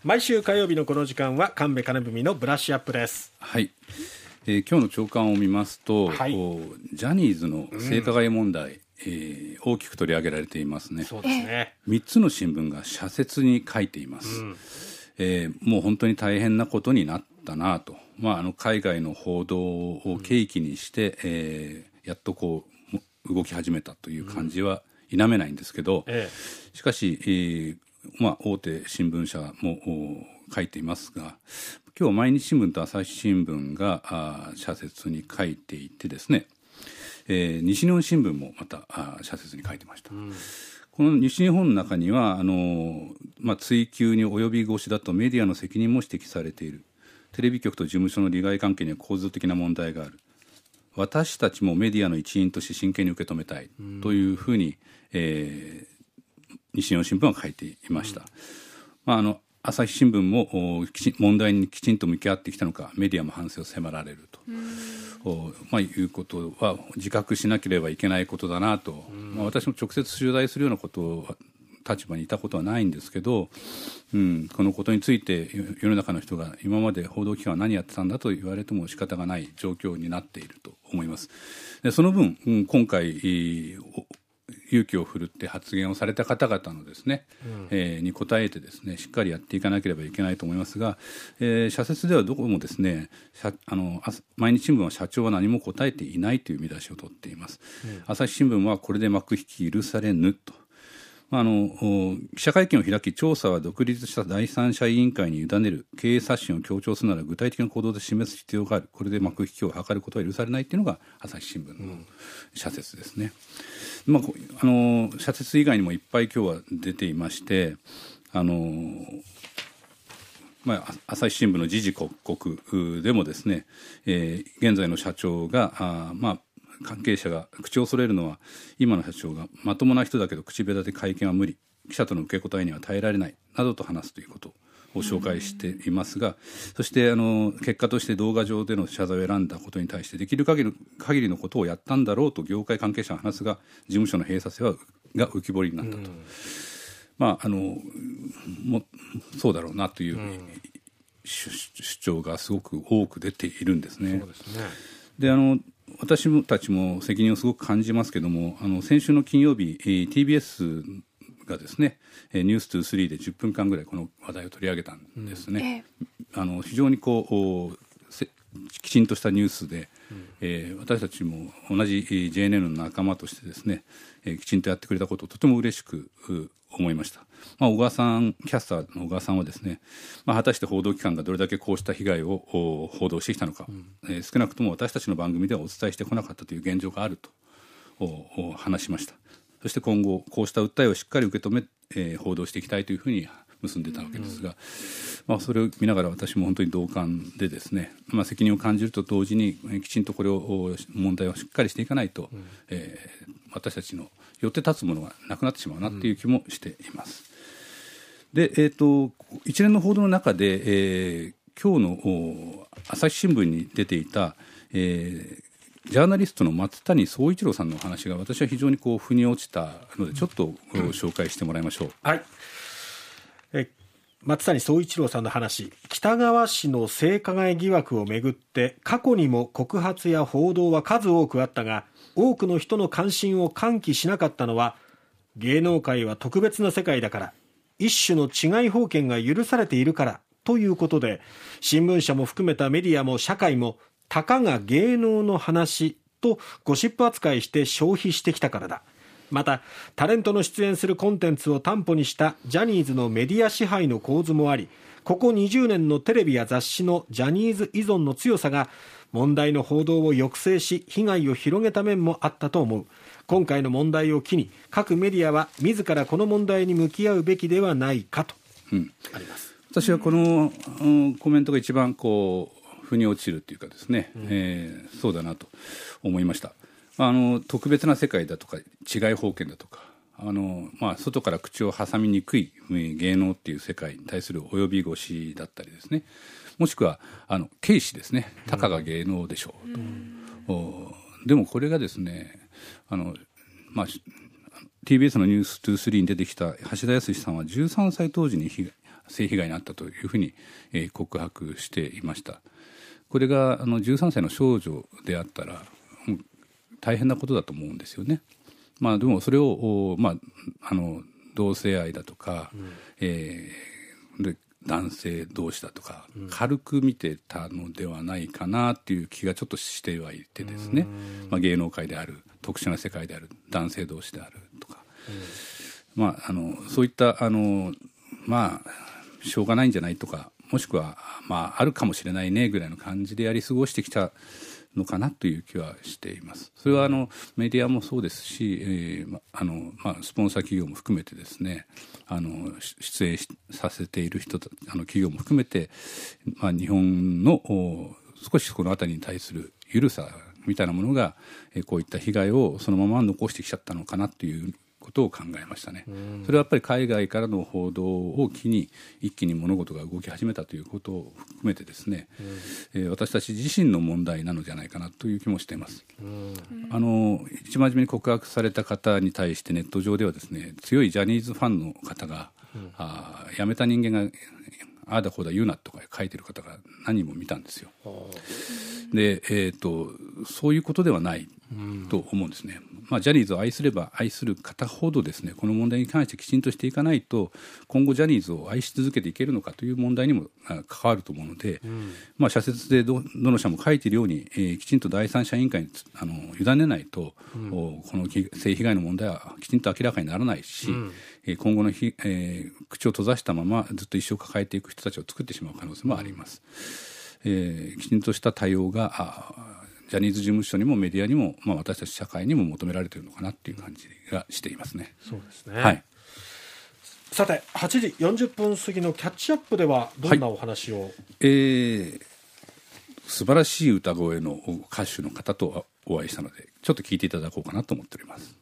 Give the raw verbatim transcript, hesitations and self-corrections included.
毎週火曜日のこの時間は神戸金文のブラッシュアップです。 はい、えー、今日の朝刊を見ますと、はい、ジャニーズの性加害問題、うんえー、大きく取り上げられていますね。 そうですね。 みっつの新聞が社説に書いています、うんえー、もう本当に大変なことになったなと、まあ、あの海外の報道を契機にして、うんえー、やっとこう動き始めたという感じは否めないんですけど、うんええ、しかし、えーまあ、大手新聞社も書いていますが、今日毎日新聞と朝日新聞があ社説に書いていてですね、えー、西日本新聞もまたあ社説に書いてました、うん、この西日本の中にはあの、まあ、追及に及び腰だとメディアの責任も指摘されている。テレビ局と事務所の利害関係には構造的な問題がある。私たちもメディアの一員として真剣に受け止めたいというふうに、えー西日本新聞は書いていました、うんまあ、あの朝日新聞も問題にきちんと向き合ってきたのか、メディアも反省を迫られると、まあ、いうことは自覚しなければいけないことだなと、まあ、私も直接取材するようなことは立場にいたことはないんですけど、うん、このことについて世の中の人が今まで報道機関は何やってたんだと言われても仕方がない状況になっていると思います。でその分、うん、今回勇気を振るって発言をされた方々のですね、うんえー、に応えてですね、しっかりやっていかなければいけないと思いますが、えー、社説ではどこもですね、あの毎日新聞は社長は何も答えていないという見出しを取っています、うん、朝日新聞はこれで幕引き許されぬと、まあ、あの記者会見を開き、調査は独立した第三者委員会に委ねる、経営刷新を強調するなら具体的な行動で示す必要がある、これで幕引きを図ることは許されないというのが朝日新聞の社説ですね、うんまあ、あの社説以外にもいっぱい今日は出ていまして、あの、まあ、朝日新聞の時事刻々でもですね、えー、現在の社長があ、まあ関係者が口を揃えるのは、今の社長がまともな人だけど口下手で会見は無理、記者との受け答えには耐えられないなどと話すということを紹介していますが、そしてあの結果として動画上での謝罪を選んだことに対してできる限り限りのことをやったんだろうと業界関係者が話すが、事務所の閉鎖性はが浮き彫りになったと、まああのもそうだろうなという主張がすごく多く出ているんですね。 そうですね。 であの私たちも責任をすごく感じますけども、あの先週の金曜日、えー、ティービーエス がですね、ニュースにじゅうさんでじゅっぷんかんぐらいこの話題を取り上げたんですね、うん、あの非常にこうきちんとしたニュースで、うんえー、私たちも同じ ジェーエヌエヌ の仲間としてですね、えー、きちんとやってくれたことをとても嬉しく思いました。まあ、小川さんキャスターの小川さんはですね、まあ、果たして報道機関がどれだけこうした被害を報道してきたのか、うんえー、少なくとも私たちの番組ではお伝えしてこなかったという現状があると話しました。そして今後こうした訴えをしっかり受け止め、えー、報道していきたいというふうに結んでたわけですが、うんまあ、それを見ながら私も本当に同感でですね、まあ、責任を感じると同時にきちんとこれを問題をしっかりしていかないと、うんえー、私たちの寄って立つものがなくなってしまうなという気もしています、うん、で、えーと、一連の報道の中で、えー、今日の朝日新聞に出ていた、えージャーナリストの松谷総一郎さんのお話が私は非常にこう腑に落ちたのでちょっと紹介してもらいましょう、 うんはい、え松谷総一郎さんの話。北川氏の性加害疑惑をめぐって過去にも告発や報道は数多くあったが、多くの人の関心を喚起しなかったのは、芸能界は特別な世界だから、一種の違い保険が許されているからということで、新聞社も含めたメディアも社会もたかが芸能の話とゴシップ扱いして消費してきたからだ。またタレントの出演するコンテンツを担保にしたジャニーズのメディア支配の構図もあり、ここにじゅうねんのテレビや雑誌のジャニーズ依存の強さが問題の報道を抑制し被害を広げた面もあったと思う。今回の問題を機に各メディアは自らこの問題に向き合うべきではないかと、うん、あります。 私はこの、うん、コメントが一番こう腑に落ちるというかですね、うんえー、そうだなと思いました。あの特別な世界だとか違い保険だとか、あの、まあ、外から口を挟みにくい芸能っていう世界に対する及び腰だったりですね、もしくはあの軽視ですね、たかが芸能でしょうと、うん、でもこれがですね、あの、まあ、ティービーエス のニュースにじゅうさんに出てきた橋田康さんはじゅうさんさい当時に被害性被害に遭ったというふうに、えー、告白していました。これがあのじゅうさんさいの少女であったら、うん、大変なことだと思うんですよね。まあ、でもそれを、まあ、あの同性愛だとか、うん、えー、で男性同士だとか、うん、軽く見てたのではないかなっていう気がちょっとしてはいてですね、まあ、芸能界である、特殊な世界である、男性同士であるとか、うん、まあ、あのそういったあの、まあ、しょうがないんじゃないとか、もしくは、まあ、あるかもしれないねぐらいの感じでやり過ごしてきたのかなという気はしています。それはあのメディアもそうですし、えーまあのまあ、スポンサー企業も含めてですね、あの出演させている人あの企業も含めて、まあ、日本の少しこの辺りに対する緩さみたいなものが、えー、こういった被害をそのまま残してきちゃったのかなということを考えましたね。それはやっぱり海外からの報道を機に一気に物事が動き始めたということを含めてですね、えー、私たち自身の問題なのじゃないかなという気もしています。あの一番初めに告白された方に対してネット上ではですね、強いジャニーズファンの方が、うん、あ辞めた人間がああだこうだ言うなとか書いてる方が何人も見たんですよ。で、えーと、そういうことではないと思うんですね。まあ、ジャニーズを愛すれば愛する方ほどですね、この問題に関してきちんとしていかないと、今後ジャニーズを愛し続けていけるのかという問題にも関わると思うので、うん、まあ、社説で ど, どの社も書いているように、えー、きちんと第三者委員会にあの委ねないと、うん、この性被害の問題はきちんと明らかにならないし、うん、今後のひ、えー、口を閉ざしたままずっと一生抱えていく人たちを作ってしまう可能性もあります。うん、えー、きちんとした対応があジャニーズ事務所にもメディアにも、まあ、私たち社会にも求められているのかなという感じがしていますね。 そうですね、 はい、 さてはちじよんじゅっぷん過ぎのキャッチアップではどんなお話を、はい、 えー、素晴らしい歌声の歌手の方とお会いしたので、ちょっと聞いていただこうかなと思っております。